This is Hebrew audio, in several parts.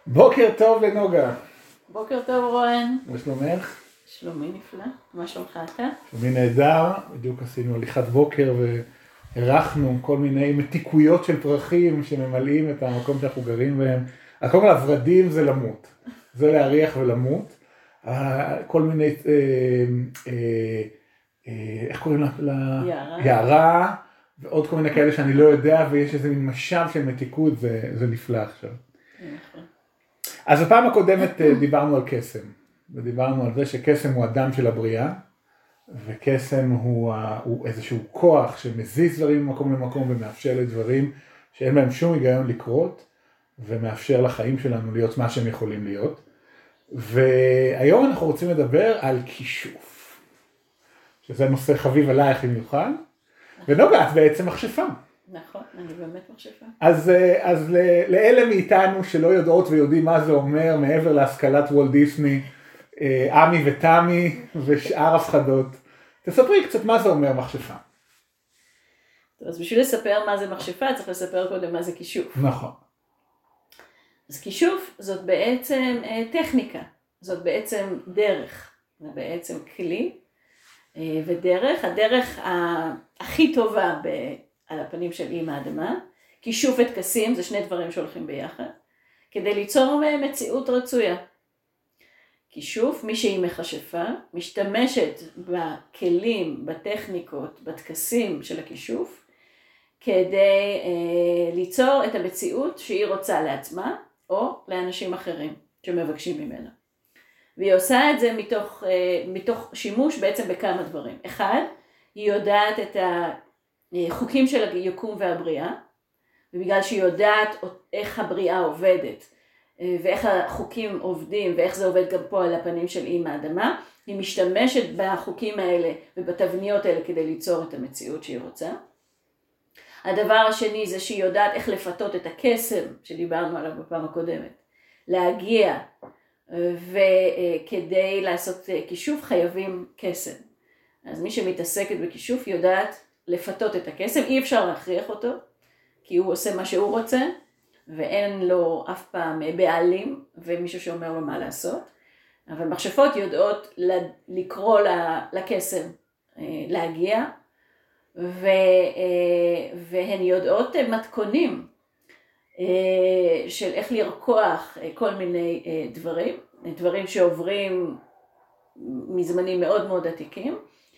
בוקר טוב לנוגה. בוקר טוב רוען. מה שלומך? שלומי נפלא. מה שלומך אתה? שלומי נהדר. בדיוק עשינו הליכת בוקר והרחנו כל מיני מתיקויות של פרחים שממלאים את המקום שאנחנו גרים בהם. קודם כל הורדים זה למות. זה להריח ולמות. כל מיני, איך קוראים לה? יערה. ועוד כל מיני כאלה שאני לא יודע, ויש איזה מין משב של מתיקות, זה נפלא עכשיו. אז בפעם הקודמת דיברנו על קסם, ודיברנו על זה שקסם הוא הדם של הבריאה, וקסם הוא איזשהו כוח שמזיז דברים ממקום למקום, ומאפשר לדברים שאין בהם שום היגיון לקרות, ומאפשר לחיים שלנו להיות מה שהם יכולים להיות. והיום אנחנו רוצים לדבר על כישוף, שזה נושא חביב עלייך במיוחד, ונוגה, את בעצם מכשפה. נכון, אני באמת מכשפה. אז לאלה מאיתנו שלא יודעות ויודעים מה זה אומר, מעבר להשכלת וולט דיסני, אמי ותמי ושאר הפחדות, תספרי קצת מה זה אומר מכשפה. אז בשביל לספר מה זה מכשפה, צריך לספר קודם מה זה כישוף. נכון. אז כישוף זאת בעצם טכניקה, זאת בעצם דרך, זה בעצם כלי ודרך, הדרך הכי טובה על הפנים של אימא האדמה, כישוף וטקסים, זה שני דברים שהולכים ביחד, כדי ליצור מציאות רצויה. כישוף, מי שהיא מכשפה, משתמשת בכלים, בטכניקות, בטקסים של הכישוף, כדי ליצור את המציאות שהיא רוצה לעצמה, או לאנשים אחרים שמבקשים ממנה. והיא עושה את זה מתוך שימוש בעצם בכמה דברים. אחד, היא יודעת את החוקים של היקום והבריאה, ובגלל שהיא יודעת איך הבריאה עובדת, ואיך החוקים עובדים, ואיך זה עובד גם פה על הפנים של אימא האדמה, היא משתמשת בחוקים האלה ובתבניות האלה כדי ליצור את המציאות שהיא רוצה. הדבר השני זה שהיא יודעת איך לפתות את הקסם שדיברנו עליו בפעם הקודמת, להגיע, וכדי לעשות כישוף חייבים קסם. אז מי שמתעסקת בכישוף יודעת לפתות את הקסם, אי אפשר להכריח אותו, כי הוא עושה מה שהוא רוצה, ואין לו אף פעם בעלים, ומישהו שאומר לו מה לעשות. אבל מכשפות יודעות לקרוא לקסם, להגיע, והן יודעות מתכונים של איך לרקוח כל מיני דברים שעוברים מזמנים מאוד מאוד עתיקים,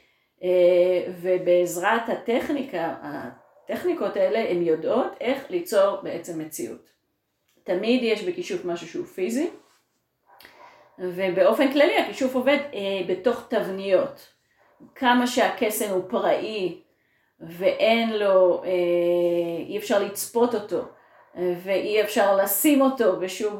ובעזרת הטכניקות האלה הן יודעות איך ליצור בעצם מציאות. תמיד יש בכישוף משהו שהוא פיזי, ובאופן כללי הכישוף עובד בתוך תבניות. כמה שהקסם הוא פראי ואין לו, אי אפשר לצפות אותו, ואי אפשר לשים אותו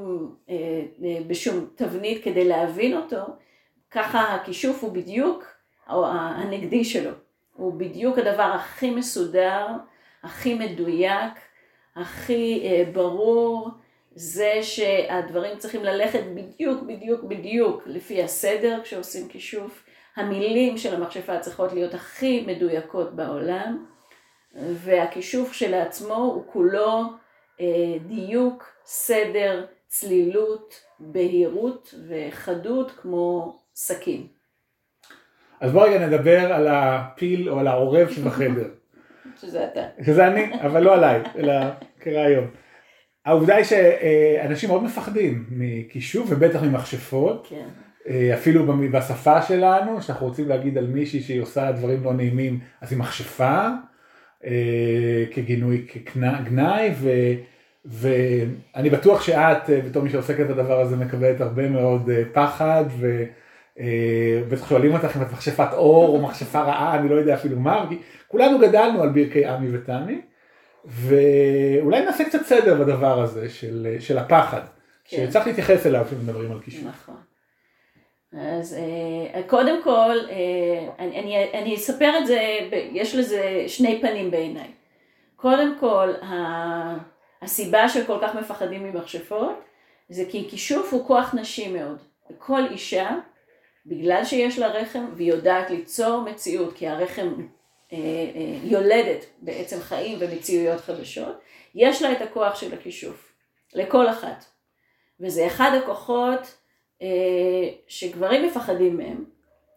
בשום תבנית כדי להבין אותו, ככה הכישוף הוא בדיוק, או הנגדי שלו, הוא בדיוק הדבר הכי מסודר, הכי מדויק, הכי ברור, זה שהדברים צריכים ללכת בדיוק לפי הסדר כשעושים כישוף. המילים של המכשפה צריכות להיות הכי מדויקות בעולם, והכישוף שלעצמו הוא כולו דיוק, סדר, צלילות, בהירות וחדות כמו סכין. אז בוא רגע נדבר על הפיל או על העורב שבחדר. שזה אתה. שזה אני, אבל לא עליי, אלא כרעיון. העובדה היא שאנשים מאוד מפחדים מכישוף ובטח ממכשפות. כן. אפילו בשפה שלנו, שאנחנו רוצים להגיד על מישהי שהיא עושה דברים לא נעימים, אז היא מכשפה, כגינוי, כגנאי, ואני בטוח שאת, בתור מי שעוסקת בדבר הזה, מקבלת הרבה מאוד פחד, ובטח שואלים אותך אם את מכשפת אור או מכשפה רעה, אני לא יודע אפילו מה, כי כולנו גדלנו על ברכי אמי ותמי, ואולי נעשה קצת סדר בדבר הזה של הפחד, כן. שצריך להתייחס אליו כשמדברים על כישוף. נכון. אז קודם כל, אני אספר את זה, יש לזה שני פנים בעיניי. קודם כל, הסיבה שכל כך מפחדים ממכשפות, זה כי כישוף הוא כוח נשי מאוד. כל אישה, בגלל שיש לה רחם, והיא יודעת ליצור מציאות, כי הרחם יולדת בעצם חיים ומציאויות חדשות, יש לה את הכוח של הכישוף, לכל אחת. וזה אחד הכוחות שגברים מפחדים מהם,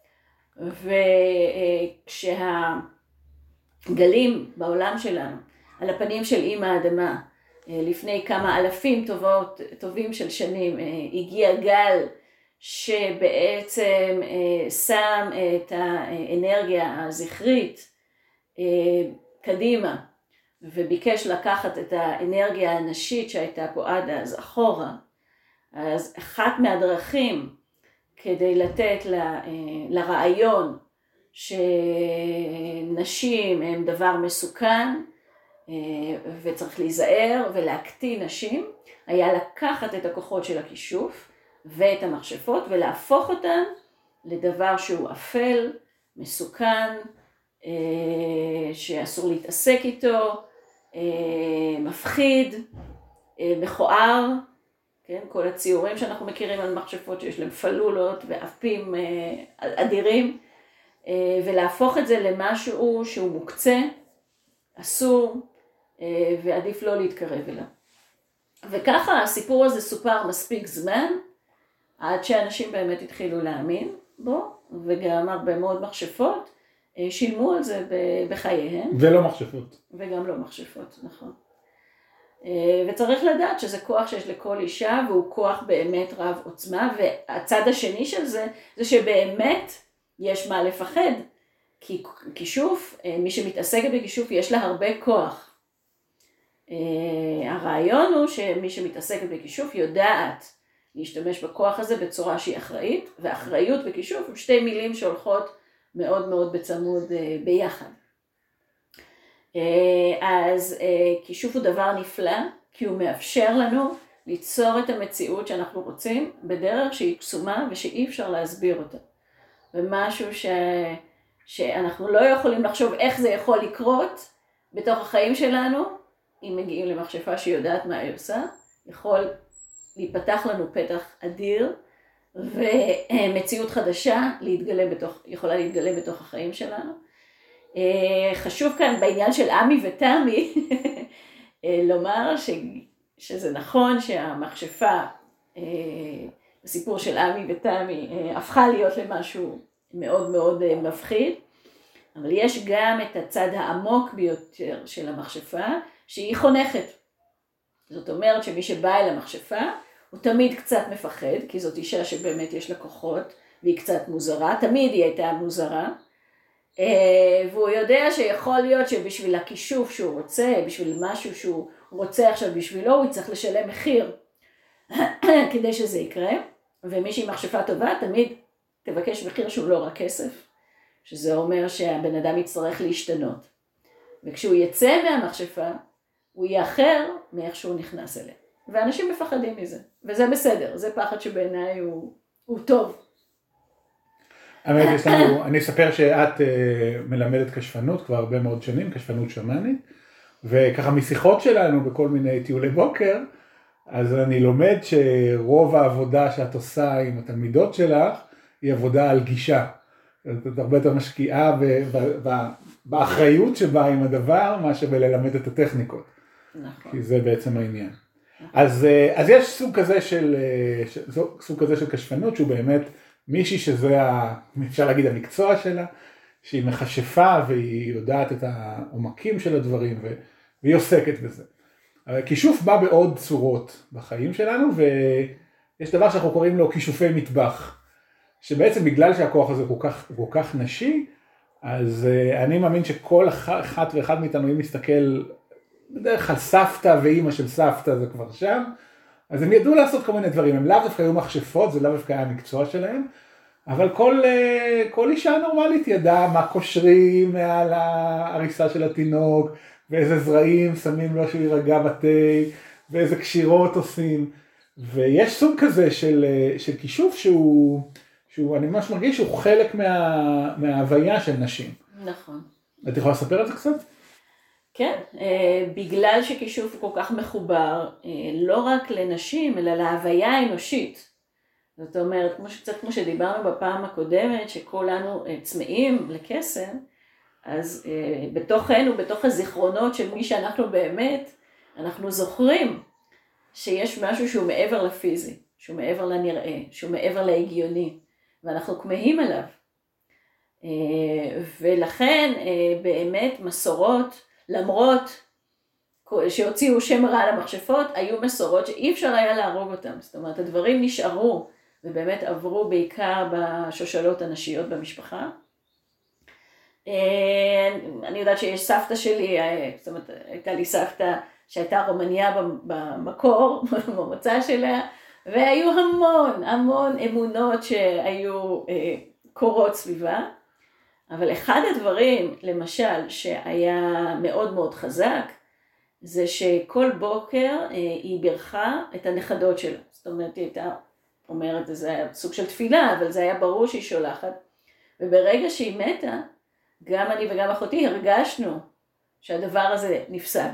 וכשהגלים בעולם שלנו, על הפנים של אמא האדמה, לפני כמה אלפים טובים של שנים, הגיע גל שבעצם שם את האנרגיה הזכרית קדימה, וביקש לקחת את האנרגיה הנשית שהייתה פה עד אז אחורה. אז אחת מהדרכים כדי לתת לרעיון שנשים הם דבר מסוכן וצריך להיזהר ולהקטין נשים, היה לקחת את הכוחות של הכישוף ואת המכשפות ולהפוך אותן לדבר שהוא אפל, מסוכן, שאסור להתעסק איתו, מפחיד, מכוער, כן? כל הציורים שאנחנו מכירים על מכשפות שיש להם פלולות ואפים אדירים, ולהפוך את זה למשהו שהוא מוקצה, אסור, ועדיף לא להתקרב אליו. וככה הסיפור הזה סופר מספיק זמן, עד שאנשים באמת התחילו להאמין בו, וגם הרבה מאוד מכשפות שילמו על זה בחייהם. ולא מכשפות. וגם לא מכשפות, נכון. וצריך לדעת שזה כוח שיש לכל אישה, והוא כוח באמת רב עוצמה, והצד השני של זה, זה שבאמת יש מה לפחד. כי כישוף, מי שמתעסקת בכישוף יש לה הרבה כוח. הרעיון הוא שמי שמתעסקת בכישוף יודעת להשתמש בכוח הזה בצורה שהיא אחראית, ואחריות וכישוף הם שתי מילים שהולכות מאוד מאוד בצמוד ביחד. אז כישוף הוא דבר נפלא, כי הוא מאפשר לנו ליצור את המציאות שאנחנו רוצים בדרך שהיא קסומה ושאי אפשר להסביר אותה. ומשהו שאנחנו לא יכולים לחשוב איך זה יכול לקרות בתוך החיים שלנו, אם מגיעים למכשפה שיודעת מה היא עושה, יכול להיפתח לנו פתח אדיר, ומציאות חדשה יכולה להתגלה בתוך החיים שלנו. חשוב כאן בעניין של עמי ותמי, לומר שזה נכון שהמכשפה, הסיפור של עמי ותמי, הפכה להיות למשהו מאוד מאוד מפחיד, אבל יש גם את הצד העמוק ביותר של המכשפה, שהיא חונכת. זאת אומרת שמי שבא אל המכשפה, הוא תמיד קצת מפחד, כי זאת אישה שבאמת יש לה כוחות, והיא קצת מוזרה, תמיד היא הייתה מוזרה, והוא יודע שיכול להיות שבשביל הכישוף שהוא רוצה, בשביל משהו שהוא רוצה עכשיו בשבילו, הוא צריך לשלם מחיר כדי שזה יקרה, ומי שהיא מכשפה טובה תמיד תבקש מחיר שהוא לא רק כסף, שזה אומר שהבן אדם יצטרך להשתנות. וכשהוא יצא מהמכשפה, הוא יהיה אחר מאיך שהוא נכנס אליה. ואנשים מפחדים מזה, וזה בסדר, זה פחד שבעיניי הוא טוב. האמת, אני אספר שאת מלמדת כשפנות כבר הרבה מאוד שנים, כשפנות שמאנית, וככה משיחות שלנו בכל מיני טיולי בוקר, אז אני לומד שרוב העבודה שאת עושה עם התלמידות שלך, היא עבודה על גישה. את הרבה יותר משקיעה באחריות שבאה עם הדבר, מאשר בללמד את הטכניקות. נכון. כי זה בעצם העניין. אז יש סוג כזה של כשפנות, שהוא באמת מישהי שזה, אפשר להגיד, המקצוע שלה, שהיא מכשפה והיא יודעת את העומקים של הדברים, והיא עוסקת בזה. כישוף בא בעוד צורות בחיים שלנו, ויש דבר שאנחנו קוראים לו כישופי מטבח, שבעצם בגלל שהכוח הזה הוא כל כך נשי, אז אני מאמין שכל אחת ואחד מאיתנו, אם נסתכל בדרך כלל סבתא ואימא של סבתא זה כבר שם, אז הם ידעו לעשות כל מיני דברים, הם לאו דווקא היו מכשפות, זה לאו דווקא היה המקצוע שלהם, אבל כל אישה נורמלית ידעה מה קושרים מעל ההריסה של התינוק, ואיזה זרעים שמים לו שהוא יירגע בתה, ואיזה קשירות עושים, ויש סוג כזה של כישוף שהוא אני ממש מרגיש שהוא חלק מההוויה של נשים. נכון. את יכולה לספר את זה קצת? כן, בגלל שכישוף הוא כל כך מחובר, לא רק לנשים, אלא להוויה האנושית. זאת אומרת, קצת כמו שדיברנו בפעם הקודמת, שכולנו צמאים לקסם, אז בתוכנו, בתוך הזיכרונות של מי שאנחנו באמת, אנחנו זוכרים שיש משהו שהוא מעבר לפיזי, שהוא מעבר לנראה, שהוא מעבר להגיוני, ואנחנו כמהים עליו. ולכן באמת מסורות, למרות שהוציאו שם רע למכשפות, היו מסורות שאי אפשר היה להרוג אותם. זאת אומרת, הדברים נשארו, ובאמת עברו בעיקר בשושלות הנשיות במשפחה. אני יודעת שיש סבתא שלי, זאת אומרת, הייתה לי סבתא שהייתה רומניה במקור, במוצא שלה, והיו המון אמונות שהיו קורות סביבה. אבל אחד הדברים, למשל, שהיה מאוד מאוד חזק, זה שכל בוקר היא ברכה את הנכדות שלה. זאת אומרת, היא הייתה אומרת, זה היה סוג של תפילה, אבל זה היה ברור שהיא שולחת. וברגע שהיא מתה, גם אני וגם אחותי הרגשנו שהדבר הזה נפסק.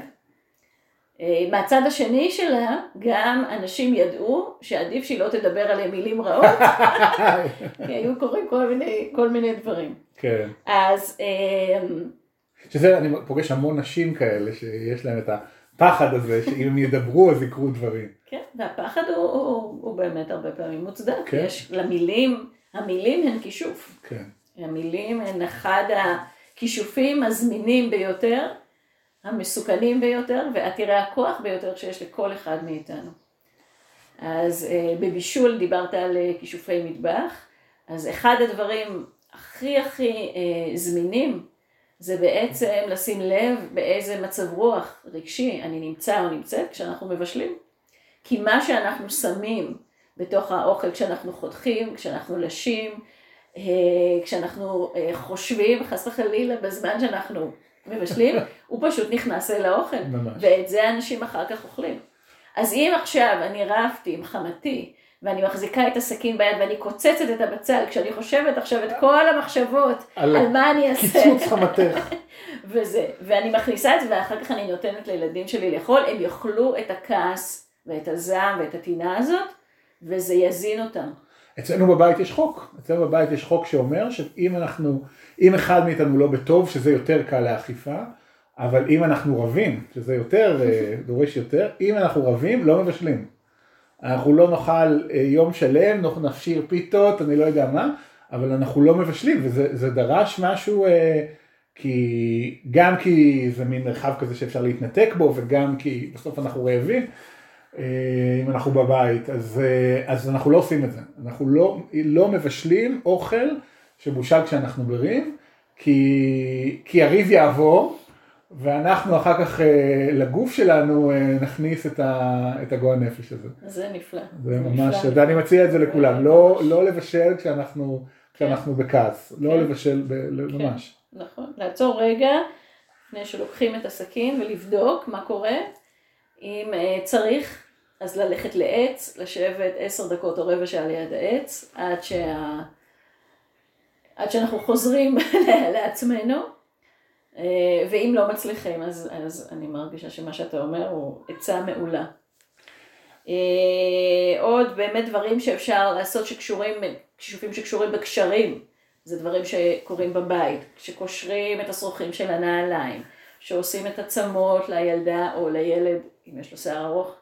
מהצד השני שלה, גם אנשים ידעו שעדיף שהיא לא תדבר עליהם מילים רעות, כי היו קוראים כל מיני דברים. כן. אז שזה, אני פוגש המון נשים כאלה שיש להם את הפחד הזה, שאם הם ידברו אז יקרו דברים. כן, והפחד הוא באמת הרבה פעמים מוצדק. כן. יש למילים, המילים הן כישוף. כן. המילים הן אחד הכישופים הזמינים ביותר, המסוכנים ביותר, ועתירי הכוח ביותר שיש לכל אחד מאיתנו. אז בבישול דיברת על כישופי מטבח, אז אחד הדברים הכי זמינים, זה בעצם לשים לב באיזה מצב רוח רגשי אני נמצא או נמצאת כשאנחנו מבשלים. כי מה שאנחנו שמים בתוך האוכל, כשאנחנו חותכים, כשאנחנו לשים, כשאנחנו חושבים, חס וחלילה בזמן שאנחנו מבשלים, הוא פשוט נכנס אל האוכל. ממש. ואת זה האנשים אחר כך אוכלים. אז אם עכשיו אני רבתי עם חמתי, ואני מחזיקה את הסכין ביד, ואני קוצצת את הבצל, כשאני חושבת עכשיו את כל המחשבות, על מה אני אעשה. קיצוץ חמתך. ואני מכניסה את זה, ואחר כך אני נותנת לילדים שלי לאכול, הם יאכלו את הכעס, ואת הזעם, ואת הטינה הזאת, וזה יזין אותם. אצלנו בבית יש חוק. אצלנו בבית יש חוק שאומר אם אחד מאיתנו לא בטוב, שזה יותר קל לאכיפה, אבל אם אנחנו רבים, שזה יותר, דורש יותר, אם אנחנו רבים, לא מבשלים. אנחנו לא נאכל יום שלם, נפשיר פיתות, אני לא יודע מה, אבל אנחנו לא מבשלים, וזה דרש משהו, גם כי זה מין מרחב כזה שאפשר להתנתק בו, וגם כי בסוף אנחנו רעבים, אם אנחנו בבית, אז אנחנו לא עושים את זה. אנחנו לא מבשלים אוכל שבושל כשאנחנו בריב, כי הריב יעבור, ואנחנו אחר כך לגוף שלנו נכניס את הגועל נפש הזה. זה נפלא. זה ממש, ואני מציע את זה לכולם, לא לבשל כשאנחנו בכעס, לא לבשל ממש. נכון, לעצור רגע, לפני שלוקחים את הסכין ולבדוק מה קורה, אם צריך, אז ללכת לעץ, לשבת 10 דקות או רבע שעה ליד העץ, עד שאנחנו חוזרים לעצמנו, ואם לא מצליחים, אז אני מרגישה שמה שאתה אומר הוא עצה מעולה. עוד באמת דברים שאפשר לעשות כישופים שקשורים בקשרים, זה דברים שקורים בבית, שקושרים את השרוכים של הנעליים, שעושים את עצמות לילדה או לילד, אם יש לו שיער ארוך.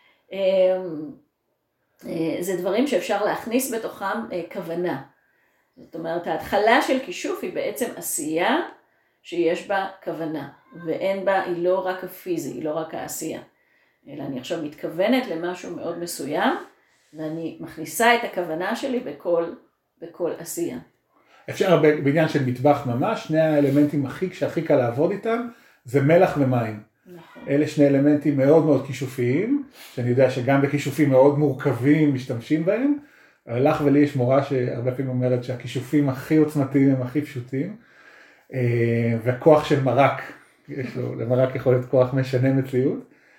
זה דברים שאפשר להכניס בתוכם כוונה. זאת אומרת, ההתחלה של כישוף היא בעצם עשייה שיש בה כוונה, ואין בה, היא לא רק הפיזי, היא לא רק העשייה. אלא אני עכשיו מתכוונת למשהו מאוד מסוים, ואני מכניסה את הכוונה שלי בכל עשייה. אפשר בעניין של מטבח ממש, שני האלמנטים שהכי קל לעבוד איתם, זה מלח ומים. נכון. אלה שני אלמנטים מאוד מאוד כישופיים, שאני יודע שגם בכישופים מאוד מורכבים משתמשים בהם. לך ולי יש מורה שהרבה פעמים אומרת שהכישופים הכי עוצמתיים הם הכי פשוטים, והכוח של מרק, למרק יכול להיות כוח משנה מציאות.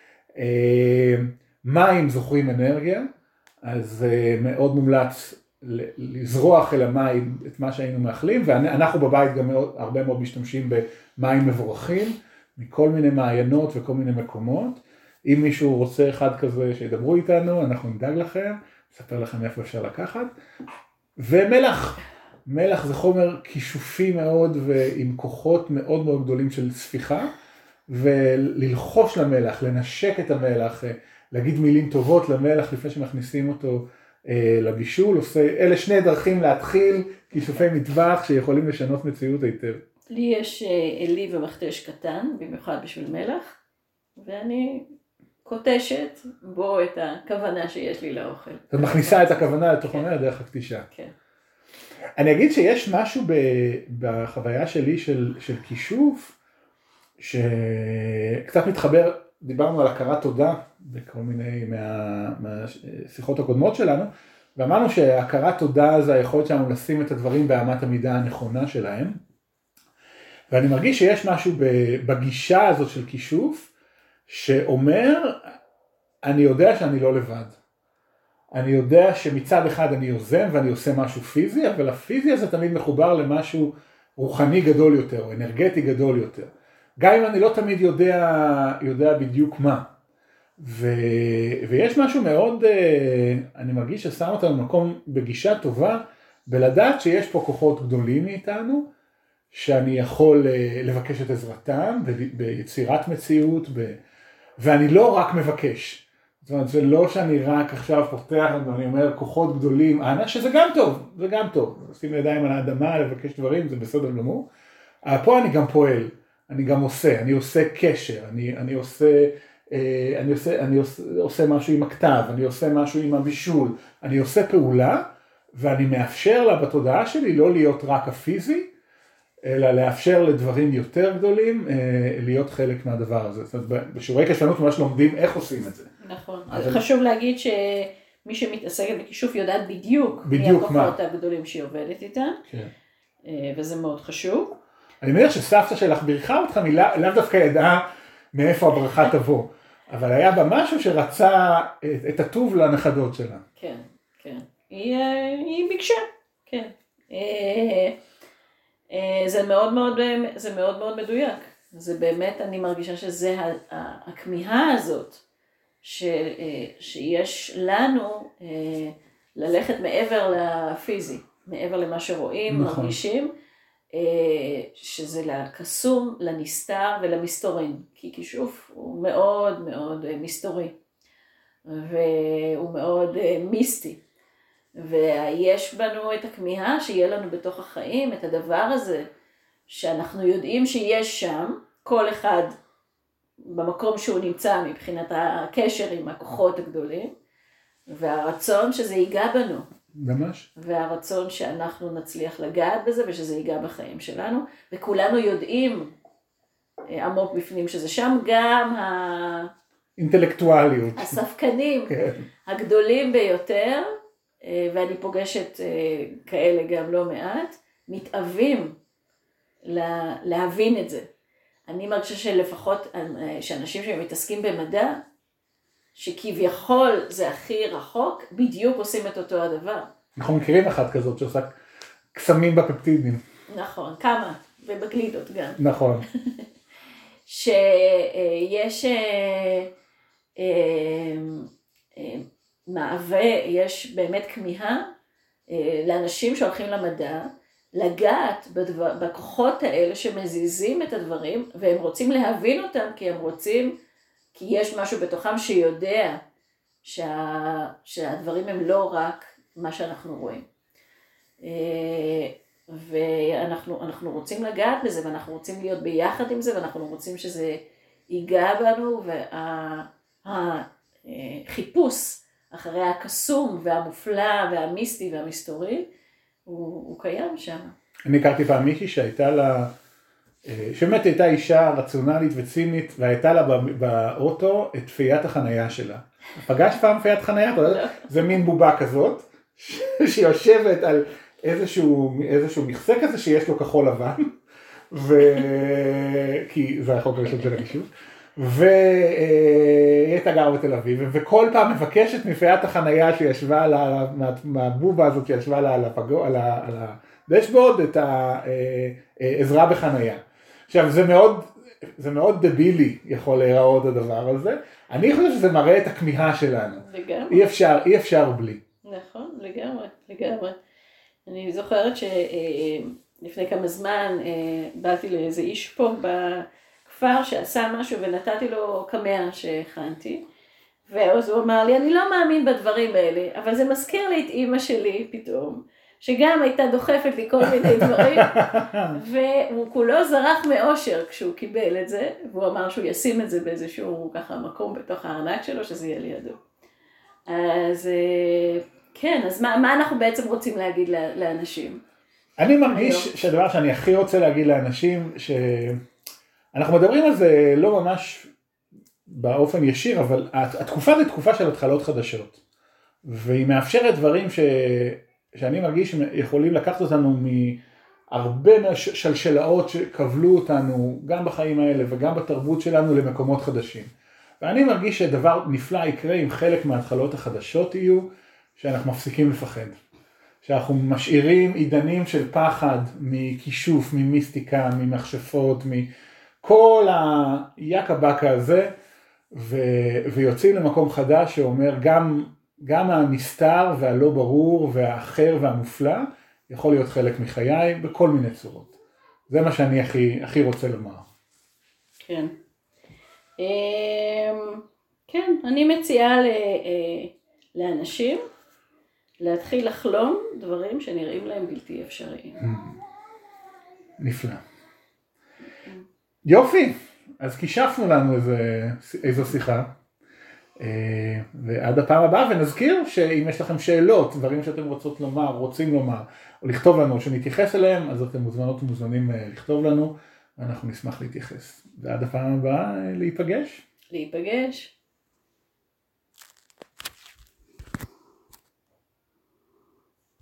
מים זוכרים אנרגיה, אז מאוד מומלץ לזרוח אל המים את מה שהיינו מאכלים, ואנחנו בבית גם הרבה מאוד משתמשים במים מבורכים, מכל מיני מעיינות וכל מיני מקומות. אם מישהו רוצה אחד כזה שידברו איתנו, אנחנו נדאג לכם, נספר לכם איפה אפשר לקחת. ומלח, מלח זה חומר כישופי מאוד ועם כוחות מאוד מאוד גדולים של ספיחה, וללחוש למלח, לנשק את המלח, להגיד מילים טובות למלח לפני שמכניסים אותו לבישול. אלה שני דרכים להתחיל כישופי מטבח שיכולים לשנות מציאות היטב. לי יש אלי ומכתש קטן, במיוחד בשביל מלח, ואני קוטשת בו את הכוונה שיש לי לאוכל. את מכניסה את הכוונה לתוך המלח דרך הקטישה. כן. אני אגיד שיש משהו בחוויה שלי של כישוף, שקצת מתחבר, דיברנו על הכרת תודה בכל מיני מהשיחות הקודמות שלנו, ואמרנו שהכרת תודה זה היכולת שלנו לשים את הדברים באמת המידה הנכונה שלהם, ואני מרגיש שיש משהו בגישה הזאת של כישוף, שאומר, אני יודע שאני לא לבד. אני יודע שמצד אחד אני יוזם ואני עושה משהו פיזי, אבל הפיזי הזה תמיד מחובר למשהו רוחני גדול יותר, או אנרגטי גדול יותר. גם אם אני לא תמיד יודע בדיוק מה. ויש משהו מאוד, אני מרגיש ששם אותנו במקום בגישה טובה, בלדעת שיש פה כוחות גדולים מאיתנו, שאני יכול לבקש את עזרתם ביצירת מציאות, ואני לא רק מבקש. זאת אומרת, זה לא שאני רק עכשיו פותח ואני אומר כוחות גדולים, שזה גם טוב, זה גם טוב. לשים ידיים על האדמה, לבקש דברים, זה בסדר גמור. פה אני גם פועל, אני גם עושה, אני עושה קשר, אני עושה משהו עם הכתב, אני עושה משהו עם הבישול, אני עושה פעולה, ואני מאפשר לה בתודעה שלי לא להיות רק הפיזי, אלא לאפשר לדברים יותר גדולים להיות חלק מהדבר הזה. זאת אומרת, בשיעורי קשרנות ממש לומדים איך עושים את זה. נכון. חשוב להגיד שמי שמתעסקת בכישוף יודעת בדיוק מי הכוחות הגדולים שהיא עובדת איתם, וזה מאוד חשוב. אני מניח שסבתא שלך בירכה אותך, לאו דווקא ידעה מאיפה הברכה תבוא, אבל היה בה משהו שרצה את הטוב לנכדות שלה. כן, כן. היא ביקשה, כן. זה מאוד מאוד מדויק. זה באמת, אני מרגישה שזה הכמיהה הזאת, שיש לנו ללכת מעבר לפיזי, מעבר למה שרואים, מרגישים, שזה לקסום, לנסתר ולמסתורין, כי כישוף הוא מאוד מאוד מסתורי, והוא מאוד מיסטי. ויש בנו את הכמיהה שיהיה לנו בתוך החיים, את הדבר הזה, שאנחנו יודעים שיש שם, כל אחד במקום שהוא נמצא מבחינת הקשר עם הכוחות הגדולים, והרצון שזה ייגע בנו. ממש. והרצון שאנחנו נצליח לגעת בזה, ושזה ייגע בחיים שלנו, וכולנו יודעים עמוק בפנים שזה שם גם אינטלקטואליות. הספקנים הגדולים ביותר, ואני פוגשת כאלה גם לא מעט, מתאבים להבין את זה. אני מרגישה שלפחות שאנשים שמתעסקים במדע, שכביכול זה הכי רחוק, בדיוק עושים את אותו הדבר. אנחנו מכירים אחת כזאת שעושה קסמים בפפטידים. נכון, כמה, ובגלידות גם. נכון. שיש מעווה, יש באמת כמיהה לאנשים שהולכים למדע, לגעת בכוחות האלה שמזיזים את הדברים, והם רוצים להבין אותם כי הם רוצים, כי יש משהו בתוכם שיודע שהדברים הם לא רק מה שאנחנו רואים. ואנחנו רוצים לגעת בזה, ואנחנו רוצים להיות ביחד עם זה, ואנחנו רוצים שזה ייגע בנו, והחיפוש אחרי הקסום והמופלא והמיסטי והמסתורי, הוא קיים שם. אני הכרתי פעם מישהי שהייתה לה, שבאמת הייתה אישה רציונלית וצינית, והייתה לה באוטו את תפיית החנייה שלה. פגש פעם תפיית חנייה? זה מין בובה כזאת, שיושבת על איזשהו מכסה כזה שיש לו כחול לבן, כי זה החוק הראשון של הגישות, והיא הייתה גרה בתל אביב, וכל פעם מבקשת מפיית החנייה שישבה לה, מהבובה הזאת שישבה לה על הדשבורד, את העזרה בחנייה. עכשיו זה מאוד דבילי יכול להיראות הדבר הזה, אני חושב שזה מראה את הכמיהה שלנו. לגמרי. אי אפשר בלי. נכון, לגמרי. אני זוכרת שלפני כמה זמן באתי לאיזה איש פה בכפר שעשה משהו ונתתי לו קמע שהכנתי, ואז הוא אמר לי, אני לא מאמין בדברים האלה, אבל זה מזכיר לי את אמא שלי פתאום, שגם הייתה דוחפת לי כל מיני דברים, והוא כולו זרח מאושר כשהוא קיבל את זה, והוא אמר שהוא ישים את זה באיזשהו ככה מקום בתוך הארנק שלו, שזה יהיה לידו. אז כן, אז מה אנחנו בעצם רוצים להגיד לאנשים? אני מרגיש שהדבר שאני הכי רוצה להגיד לאנשים, שאנחנו מדברים על זה לא ממש באופן ישיר, אבל התקופה זה תקופה של התחלות חדשות, והיא מאפשרת דברים שאני מרגיש יכולים לקחת אותנו מהרבה מהשלשלאות שקבלו אותנו, גם בחיים האלה וגם בתרבות שלנו, למקומות חדשים. ואני מרגיש שדבר נפלא יקרה אם חלק מההתחלות החדשות יהיו, שאנחנו מפסיקים לפחד. שאנחנו משאירים עידנים של פחד, מכישוף, ממיסטיקה, ממכשפות, מכל היקה-בקה הזה, ויוצאים למקום חדש שאומר גם הנסתר והלא ברור והאחר והמופלא, יכול להיות חלק מחיי בכל מיני צורות. זה מה שאני הכי רוצה לומר. כן. כן, אני מציעה לאנשים להתחיל לחלום דברים שנראים להם בלתי אפשריים. נפלא. יופי, אז כישפנו לנו איזו שיחה. ועד הפעם הבאה, ונזכיר שאם יש לכם שאלות, דברים שאתם רוצים לומר, או לכתוב לנו, שנתייחס אליהם, אז אתם מוזמנות ומוזמנים לכתוב לנו, ואנחנו נשמח להתייחס. ועד הפעם הבאה, להיפגש.